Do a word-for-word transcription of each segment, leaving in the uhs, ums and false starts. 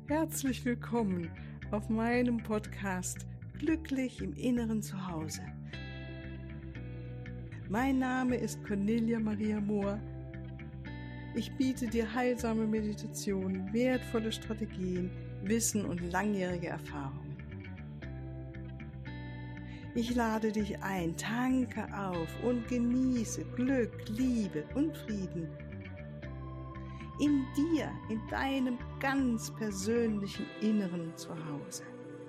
Herzlich willkommen auf meinem Podcast Glücklich im Inneren Zuhause. Mein Name ist Cornelia Maria Mohr. Ich biete dir heilsame Meditationen, wertvolle Strategien, Wissen und langjährige Erfahrung. Ich lade dich ein, tanke auf und genieße Glück, Liebe und Frieden in dir, in deinem ganz persönlichen Inneren Zuhause.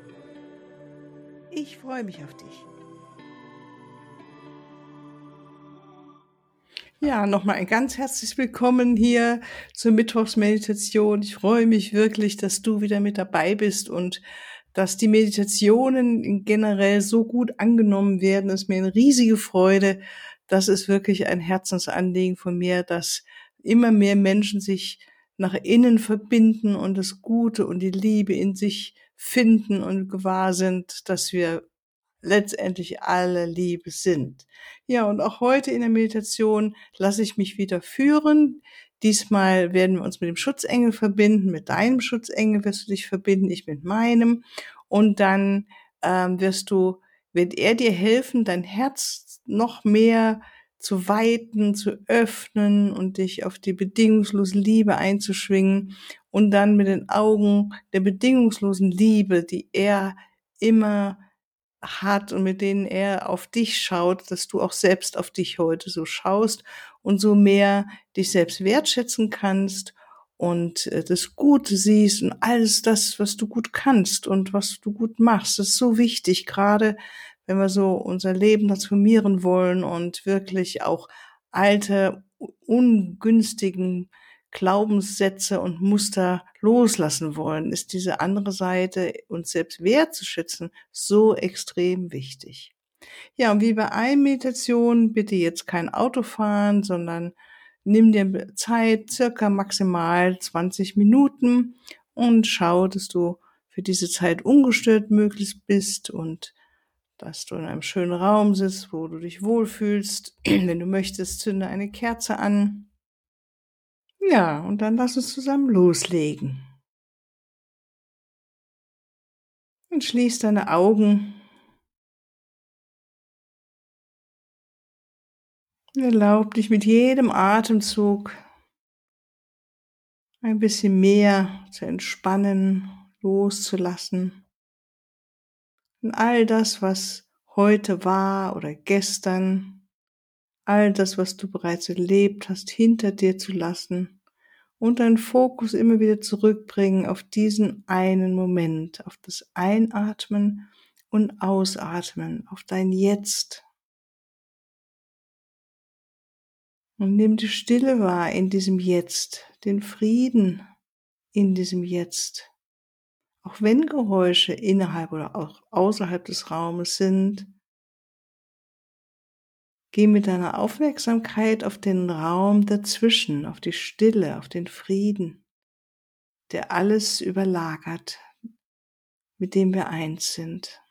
Ich freue mich auf dich. Ja, nochmal ein ganz herzliches Willkommen hier zur Mittwochsmeditation. Ich freue mich wirklich, dass du wieder mit dabei bist und dass die Meditationen generell so gut angenommen werden. Das ist mir eine riesige Freude. Das ist wirklich ein Herzensanliegen von mir, dass immer mehr Menschen sich nach innen verbinden und das Gute und die Liebe in sich finden und gewahr sind, dass wir letztendlich alle Liebe sind. Ja, und auch heute in der Meditation lasse ich mich wieder führen. Diesmal werden wir uns mit dem Schutzengel verbinden, mit deinem Schutzengel wirst du dich verbinden, ich mit meinem. Und dann ähm, wirst du, wird er dir helfen, dein Herz noch mehr zu weiten, zu öffnen und dich auf die bedingungslose Liebe einzuschwingen und dann mit den Augen der bedingungslosen Liebe, die er immer hat und mit denen er auf dich schaut, dass du auch selbst auf dich heute so schaust und so mehr dich selbst wertschätzen kannst und äh, das Gute siehst und alles das, was du gut kannst und was du gut machst. Das ist so wichtig, gerade wenn wir so unser Leben transformieren wollen und wirklich auch alte, ungünstigen Glaubenssätze und Muster loslassen wollen, ist diese andere Seite, uns selbst wertzuschätzen, so extrem wichtig. Ja, und wie bei allen Meditationen, bitte jetzt kein Auto fahren, sondern nimm dir Zeit, circa maximal zwanzig Minuten und schau, dass du für diese Zeit ungestört möglichst bist und dass du in einem schönen Raum sitzt, wo du dich wohlfühlst. Wenn du möchtest, zünde eine Kerze an. Ja, und dann lass uns zusammen loslegen. Und schließ deine Augen. Und erlaub dich mit jedem Atemzug ein bisschen mehr zu entspannen, loszulassen. Und all das, was heute war oder gestern, all das, was du bereits erlebt hast, hinter dir zu lassen. Und deinen Fokus immer wieder zurückbringen auf diesen einen Moment, auf das Einatmen und Ausatmen, auf dein Jetzt. Und nimm die Stille wahr in diesem Jetzt, den Frieden in diesem Jetzt. Auch wenn Geräusche innerhalb oder auch außerhalb des Raumes sind, geh mit deiner Aufmerksamkeit auf den Raum dazwischen, auf die Stille, auf den Frieden, der alles überlagert, mit dem wir eins sind.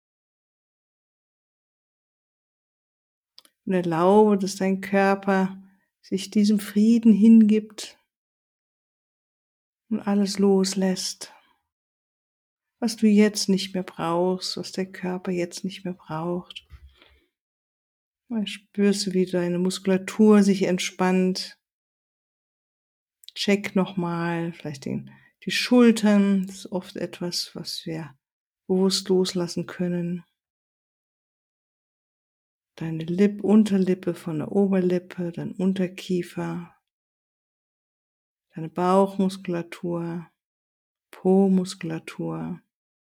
Und erlaube, dass dein Körper sich diesem Frieden hingibt und alles loslässt, was du jetzt nicht mehr brauchst, was der Körper jetzt nicht mehr braucht. Dann spürst du, wie deine Muskulatur sich entspannt. Check nochmal, vielleicht den, die Schultern, das ist oft etwas, was wir bewusst loslassen können. Deine Lipp, Unterlippe von der Oberlippe, dein Unterkiefer, deine Bauchmuskulatur, Po-Muskulatur.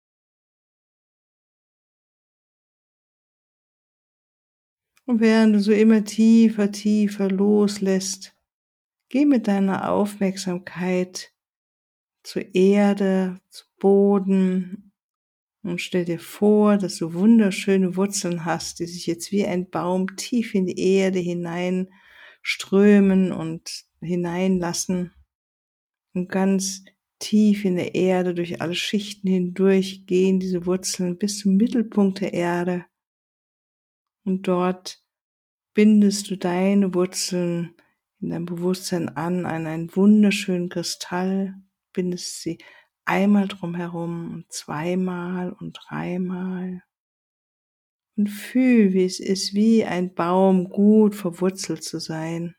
Und während du so immer tiefer, tiefer loslässt, geh mit deiner Aufmerksamkeit zur Erde, zu Boden und stell dir vor, dass du wunderschöne Wurzeln hast, die sich jetzt wie ein Baum tief in die Erde hineinströmen und hineinlassen und ganz tief in der Erde durch alle Schichten hindurch gehen diese Wurzeln bis zum Mittelpunkt der Erde und dort bindest du deine Wurzeln in deinem Bewusstsein an, an einen wunderschönen Kristall, bindest sie einmal drumherum und zweimal und dreimal. Und fühl, wie es ist, wie ein Baum gut verwurzelt zu sein.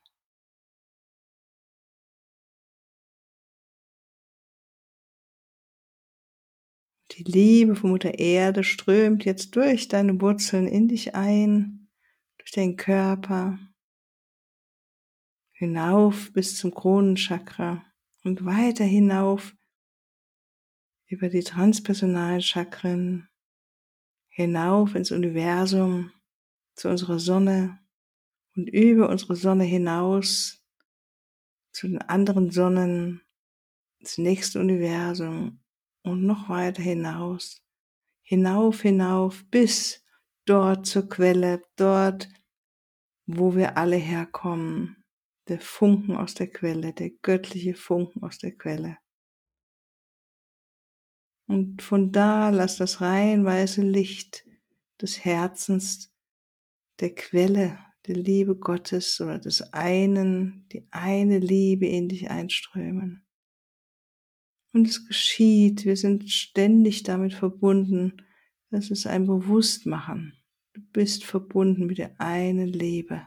Die Liebe von Mutter Erde strömt jetzt durch deine Wurzeln in dich ein, durch deinen Körper, hinauf bis zum Kronenchakra und weiter hinauf über die transpersonalen Chakren, hinauf ins Universum, zu unserer Sonne und über unsere Sonne hinaus zu den anderen Sonnen, ins nächste Universum und noch weiter hinaus, hinauf, hinauf bis dort zur Quelle, dort, wo wir alle herkommen, der Funken aus der Quelle, der göttliche Funken aus der Quelle. Und von da lass das rein weiße Licht des Herzens, der Quelle, der Liebe Gottes oder des einen, die eine Liebe in dich einströmen. Und es geschieht, wir sind ständig damit verbunden, das ist ein Bewusstmachen. Du bist verbunden mit der einen Liebe.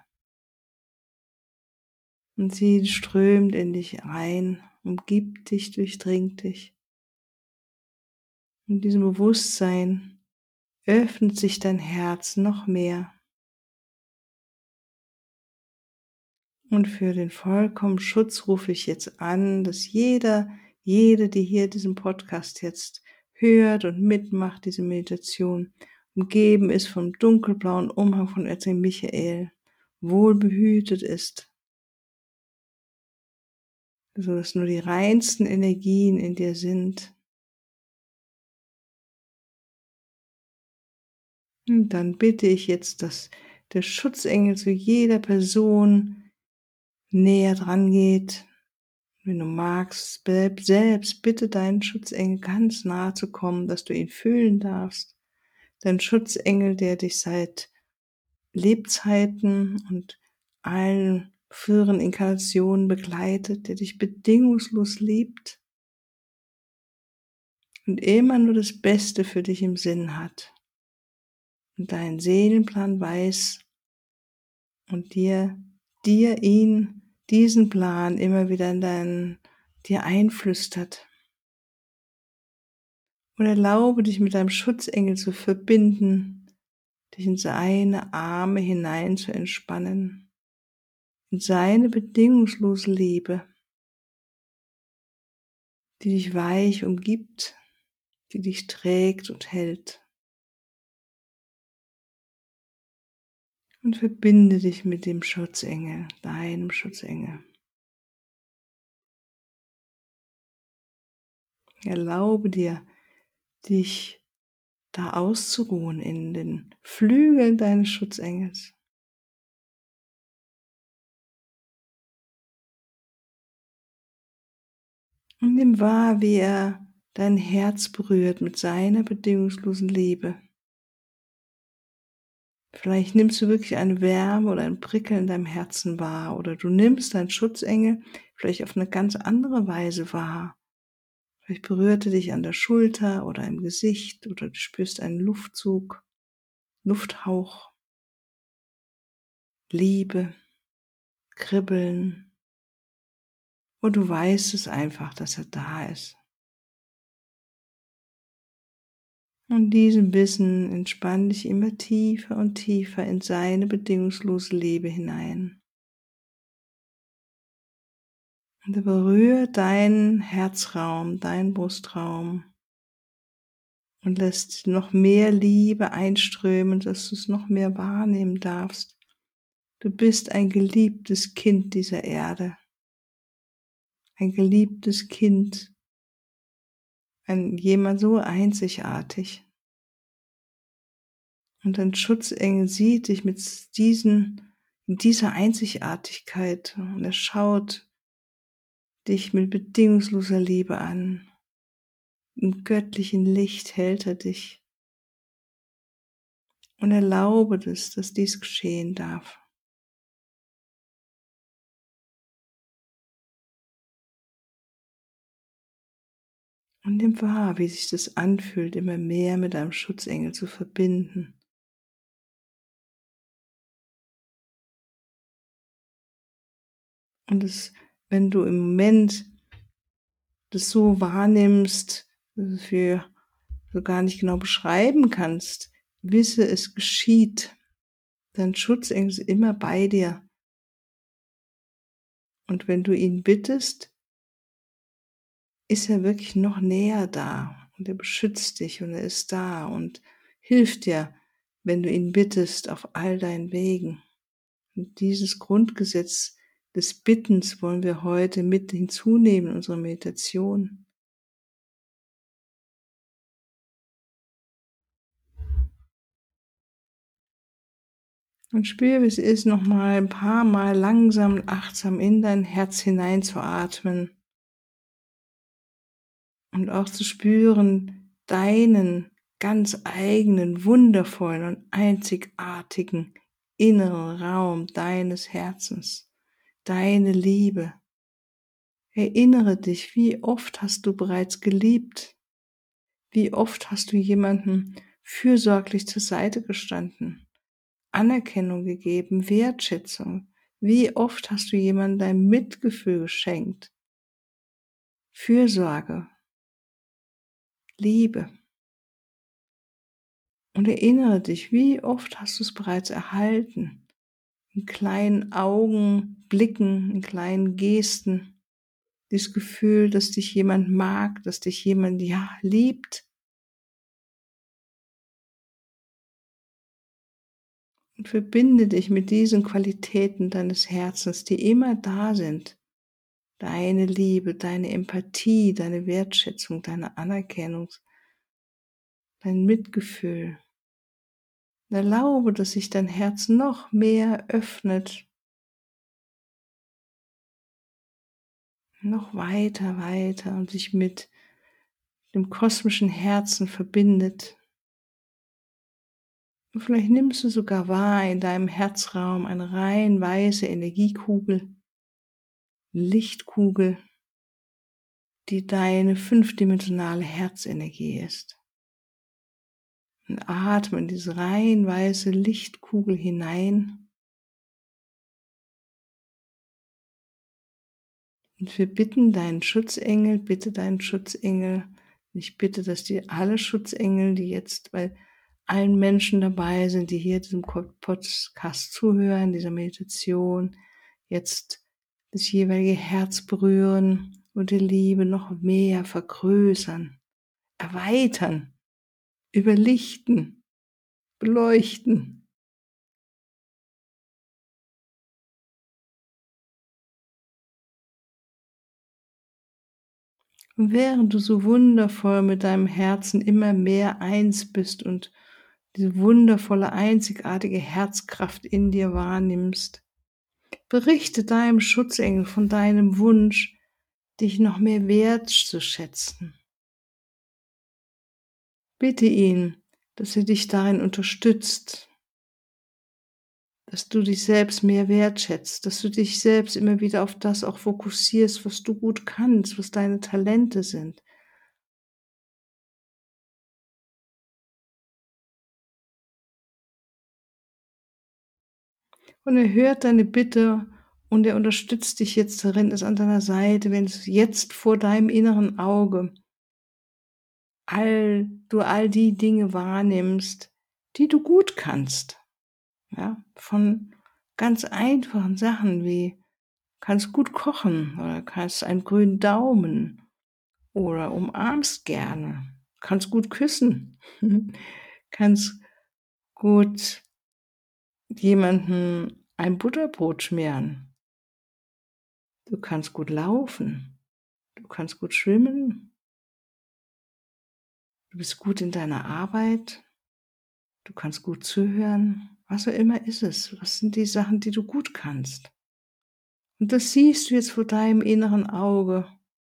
Und sie strömt in dich ein, umgibt dich, durchdringt dich. In diesem Bewusstsein öffnet sich dein Herz noch mehr. Und für den vollkommenen Schutz rufe ich jetzt an, dass jeder, jede, die hier diesen Podcast jetzt hört und mitmacht, diese Meditation, umgeben ist vom dunkelblauen Umhang von Erzengel Michael, wohlbehütet ist, so dass nur die reinsten Energien in dir sind. Und dann bitte ich jetzt, dass der Schutzengel zu jeder Person näher dran geht. Wenn du magst, selbst bitte deinen Schutzengel ganz nahe zu kommen, dass du ihn fühlen darfst. Dein Schutzengel, der dich seit Lebzeiten und allen früheren Inkarnationen begleitet, der dich bedingungslos liebt und immer nur das Beste für dich im Sinn hat und deinen Seelenplan weiß und dir, dir ihn, diesen Plan immer wieder in deinen, dir einflüstert. Und erlaube dich mit deinem Schutzengel zu verbinden, dich in seine Arme hinein zu entspannen, in seine bedingungslose Liebe, die dich weich umgibt, die dich trägt und hält. Und verbinde dich mit dem Schutzengel, deinem Schutzengel. Erlaube dir, dich da auszuruhen in den Flügeln deines Schutzengels. Und nimm wahr, wie er dein Herz berührt mit seiner bedingungslosen Liebe. Vielleicht nimmst du wirklich eine Wärme oder ein Prickeln in deinem Herzen wahr oder du nimmst deinen Schutzengel vielleicht auf eine ganz andere Weise wahr. Vielleicht berührt er dich an der Schulter oder im Gesicht oder du spürst einen Luftzug, Lufthauch, Liebe, Kribbeln und du weißt es einfach, dass er da ist. Und diesem Wissen entspann dich immer tiefer und tiefer in seine bedingungslose Liebe hinein. Und er berührt deinen Herzraum, deinen Brustraum und lässt noch mehr Liebe einströmen, dass du es noch mehr wahrnehmen darfst. Du bist ein geliebtes Kind dieser Erde, ein geliebtes Kind, ein jemand so einzigartig. Und dein Schutzengel sieht dich mit diesen, in dieser Einzigartigkeit und er schaut dich mit bedingungsloser Liebe an. Im göttlichen Licht hält er dich. Und erlaube es, dass dies geschehen darf. Und nimm wahr, wie sich das anfühlt, immer mehr mit deinem Schutzengel zu verbinden. Und es, wenn du im Moment das so wahrnimmst, dass du so gar nicht genau beschreiben kannst, wisse, es geschieht. Dein Schutzengel ist immer bei dir. Und wenn du ihn bittest, ist er wirklich noch näher da. Und er beschützt dich und er ist da und hilft dir, wenn du ihn bittest, auf all deinen Wegen. Und dieses Grundgesetz des Bittens wollen wir heute mit hinzunehmen in unserer Meditation. Und spür, wie es ist, nochmal ein paar Mal langsam und achtsam in dein Herz hineinzuatmen. Und auch zu spüren, deinen ganz eigenen, wundervollen und einzigartigen inneren Raum deines Herzens, deine Liebe. Erinnere dich, wie oft hast du bereits geliebt? Wie oft hast du jemanden fürsorglich zur Seite gestanden, Anerkennung gegeben, Wertschätzung? Wie oft hast du jemandem dein Mitgefühl geschenkt, Fürsorge, Liebe? Und erinnere dich, wie oft hast du es bereits erhalten, in kleinen Augen, Blicken, in kleinen Gesten, dieses Gefühl, dass dich jemand mag, dass dich jemand, ja, liebt. Und verbinde dich mit diesen Qualitäten deines Herzens, die immer da sind. Deine Liebe, deine Empathie, deine Wertschätzung, deine Anerkennung, dein Mitgefühl. Erlaube, dass sich dein Herz noch mehr öffnet, noch weiter, weiter und sich mit dem kosmischen Herzen verbindet. Und vielleicht nimmst du sogar wahr in deinem Herzraum eine rein weiße Energiekugel, Lichtkugel, die deine fünfdimensionale Herzenergie ist. Und atme in diese rein weiße Lichtkugel hinein. Und wir bitten deinen Schutzengel, bitte deinen Schutzengel. Ich bitte, dass die alle Schutzengel, die jetzt bei allen Menschen dabei sind, die hier diesem Podcast zuhören, dieser Meditation, jetzt das jeweilige Herz berühren und die Liebe noch mehr vergrößern, erweitern, überlichten, beleuchten. Und während du so wundervoll mit deinem Herzen immer mehr eins bist und diese wundervolle, einzigartige Herzkraft in dir wahrnimmst, berichte deinem Schutzengel von deinem Wunsch, dich noch mehr wertzuschätzen. Bitte ihn, dass er dich darin unterstützt, dass du dich selbst mehr wertschätzt, dass du dich selbst immer wieder auf das auch fokussierst, was du gut kannst, was deine Talente sind. Und er hört deine Bitte und er unterstützt dich jetzt darin, ist an deiner Seite, wenn es jetzt vor deinem inneren Auge all, du all die Dinge wahrnimmst, die du gut kannst. Ja, von ganz einfachen Sachen wie kannst gut kochen oder kannst einen grünen Daumen oder umarmst gerne, kannst gut küssen, kannst gut jemanden ein Butterbrot schmieren. Du kannst gut laufen, du kannst gut schwimmen, du bist gut in deiner Arbeit, du kannst gut zuhören, was auch immer ist es. Was sind die Sachen, die du gut kannst? Und das siehst du jetzt vor deinem inneren Auge.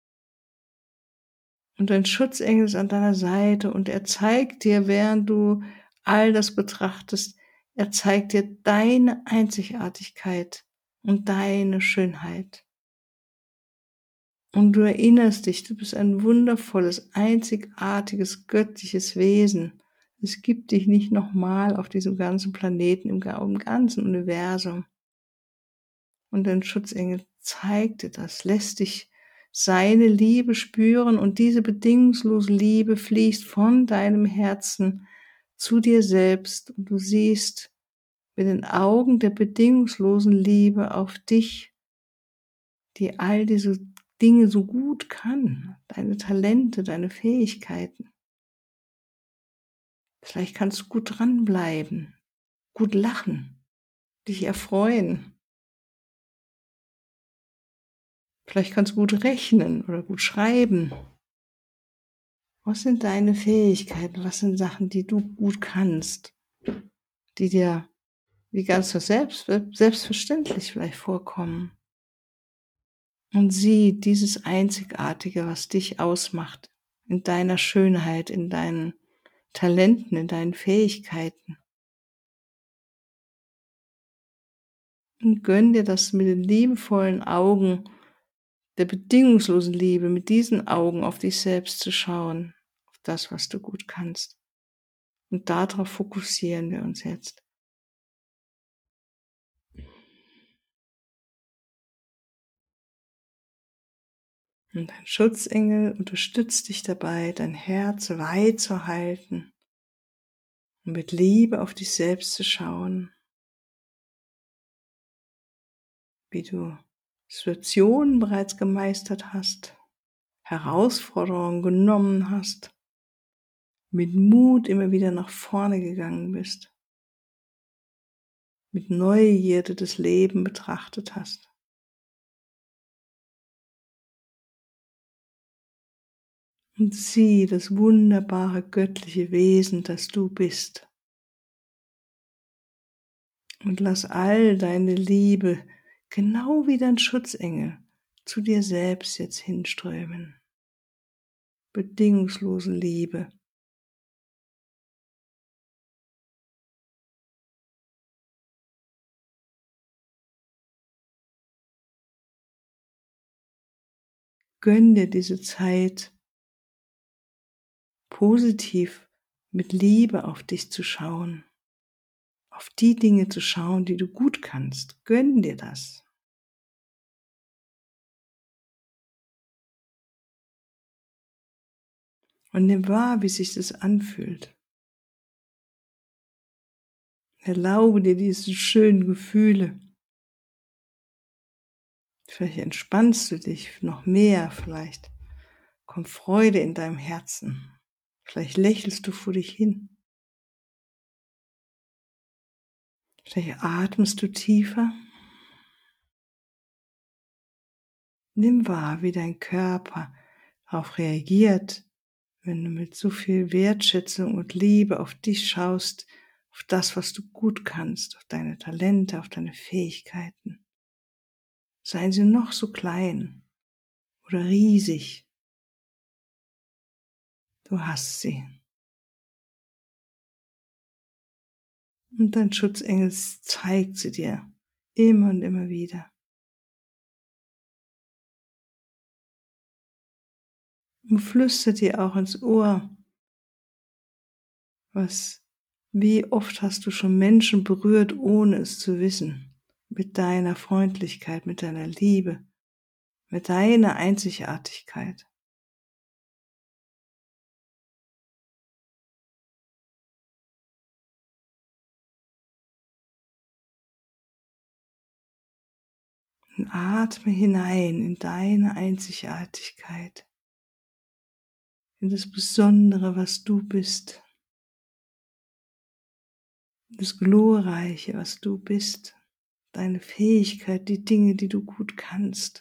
Und dein Schutzengel ist an deiner Seite und er zeigt dir, während du all das betrachtest, er zeigt dir deine Einzigartigkeit und deine Schönheit. Und du erinnerst dich, du bist ein wundervolles, einzigartiges, göttliches Wesen. Es gibt dich nicht nochmal auf diesem ganzen Planeten, im, im ganzen Universum. Und dein Schutzengel zeigt dir das, lässt dich seine Liebe spüren und diese bedingungslose Liebe fließt von deinem Herzen zu dir selbst und du siehst mit den Augen der bedingungslosen Liebe auf dich, die all diese Dinge so gut kann, deine Talente, deine Fähigkeiten. Vielleicht kannst du gut dranbleiben, gut lachen, dich erfreuen. Vielleicht kannst du gut rechnen oder gut schreiben. Was sind deine Fähigkeiten? Was sind Sachen, die du gut kannst, die dir wie ganz so selbst, selbstverständlich vielleicht vorkommen? Und sieh dieses Einzigartige, was dich ausmacht, in deiner Schönheit, in deinen Talenten, in deinen Fähigkeiten. Und gönn dir das mit den liebevollen Augen der bedingungslosen Liebe, mit diesen Augen auf dich selbst zu schauen, auf das, was du gut kannst. Und darauf fokussieren wir uns jetzt. Und dein Schutzengel unterstützt dich dabei, dein Herz weit zu halten und mit Liebe auf dich selbst zu schauen, wie du Situationen bereits gemeistert hast, Herausforderungen genommen hast, mit Mut immer wieder nach vorne gegangen bist, mit Neugierde das Leben betrachtet hast. Und sieh das wunderbare göttliche Wesen, das du bist. Und lass all deine Liebe, genau wie dein Schutzengel, zu dir selbst jetzt hinströmen. Bedingungslose Liebe. Gönn dir diese Zeit, positiv mit Liebe auf dich zu schauen, auf die Dinge zu schauen, die du gut kannst. Gönn dir das. Und nimm wahr, wie sich das anfühlt. Erlaube dir diese schönen Gefühle. Vielleicht entspannst du dich noch mehr, vielleicht kommt Freude in deinem Herzen. Vielleicht lächelst du vor dich hin. Vielleicht atmest du tiefer. Nimm wahr, wie dein Körper darauf reagiert, wenn du mit so viel Wertschätzung und Liebe auf dich schaust, auf das, was du gut kannst, auf deine Talente, auf deine Fähigkeiten. Seien sie noch so klein oder riesig. Du hast sie. Und dein Schutzengel zeigt sie dir immer und immer wieder. Und flüstert dir auch ins Ohr, was, wie oft hast du schon Menschen berührt, ohne es zu wissen, mit deiner Freundlichkeit, mit deiner Liebe, mit deiner Einzigartigkeit. Und atme hinein in deine Einzigartigkeit, in das Besondere, was du bist, das Glorreiche, was du bist, deine Fähigkeit, die Dinge, die du gut kannst.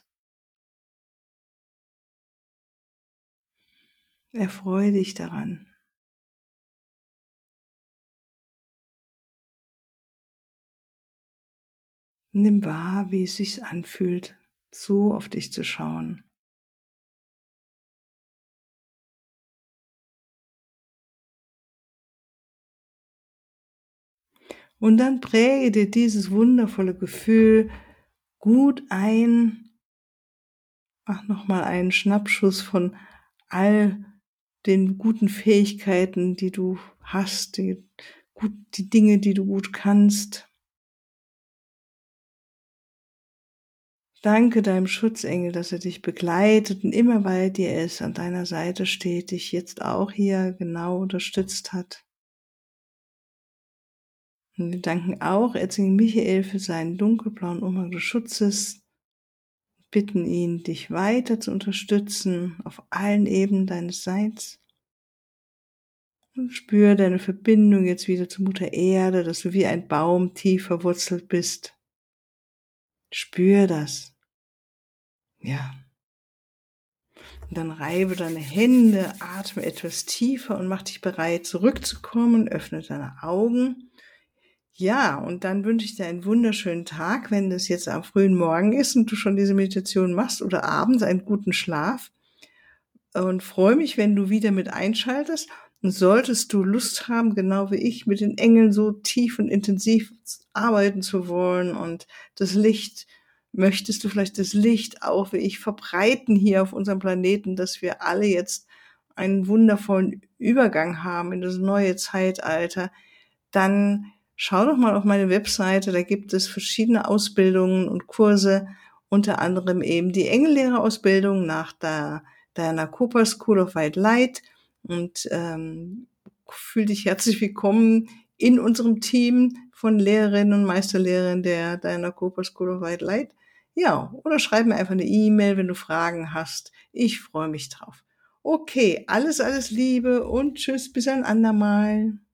Erfreue dich daran. Nimm wahr, wie es sich anfühlt, so auf dich zu schauen. Und dann präge dir dieses wundervolle Gefühl gut ein Mach noch mal einen Schnappschuss von all den guten Fähigkeiten, die du hast, die gut die Dinge, die du gut kannst. Danke deinem Schutzengel, dass er dich begleitet und immer bei dir ist, an deiner Seite steht, dich jetzt auch hier genau unterstützt hat. Und wir danken auch Erzengel Michael für seinen dunkelblauen Umhang des Schutzes, bitten ihn, dich weiter zu unterstützen auf allen Ebenen deines Seins. Und spür deine Verbindung jetzt wieder zu Mutter Erde, dass du wie ein Baum tief verwurzelt bist. Spür das. Ja. Und dann reibe deine Hände, atme etwas tiefer und mach dich bereit, zurückzukommen. Öffne deine Augen. Ja, und dann wünsche ich dir einen wunderschönen Tag, wenn das jetzt am frühen Morgen ist und du schon diese Meditation machst oder abends einen guten Schlaf. Und freue mich, wenn du wieder mit einschaltest. Und solltest du Lust haben, genau wie ich, mit den Engeln so tief und intensiv arbeiten zu wollen und das Licht, möchtest du vielleicht das Licht auch wie ich verbreiten hier auf unserem Planeten, dass wir alle jetzt einen wundervollen Übergang haben in das neue Zeitalter, dann schau doch mal auf meine Webseite, da gibt es verschiedene Ausbildungen und Kurse, unter anderem eben die Engellehrerausbildung nach der Diana Cooper School of White Light und ähm, fühl dich herzlich willkommen in unserem Team von Lehrerinnen und Meisterlehrerinnen der Diana Cooper School of White Light. Ja, oder schreib mir einfach eine E-Mail, wenn du Fragen hast. Ich freue mich drauf. Okay, alles, alles Liebe und tschüss, bis ein andermal.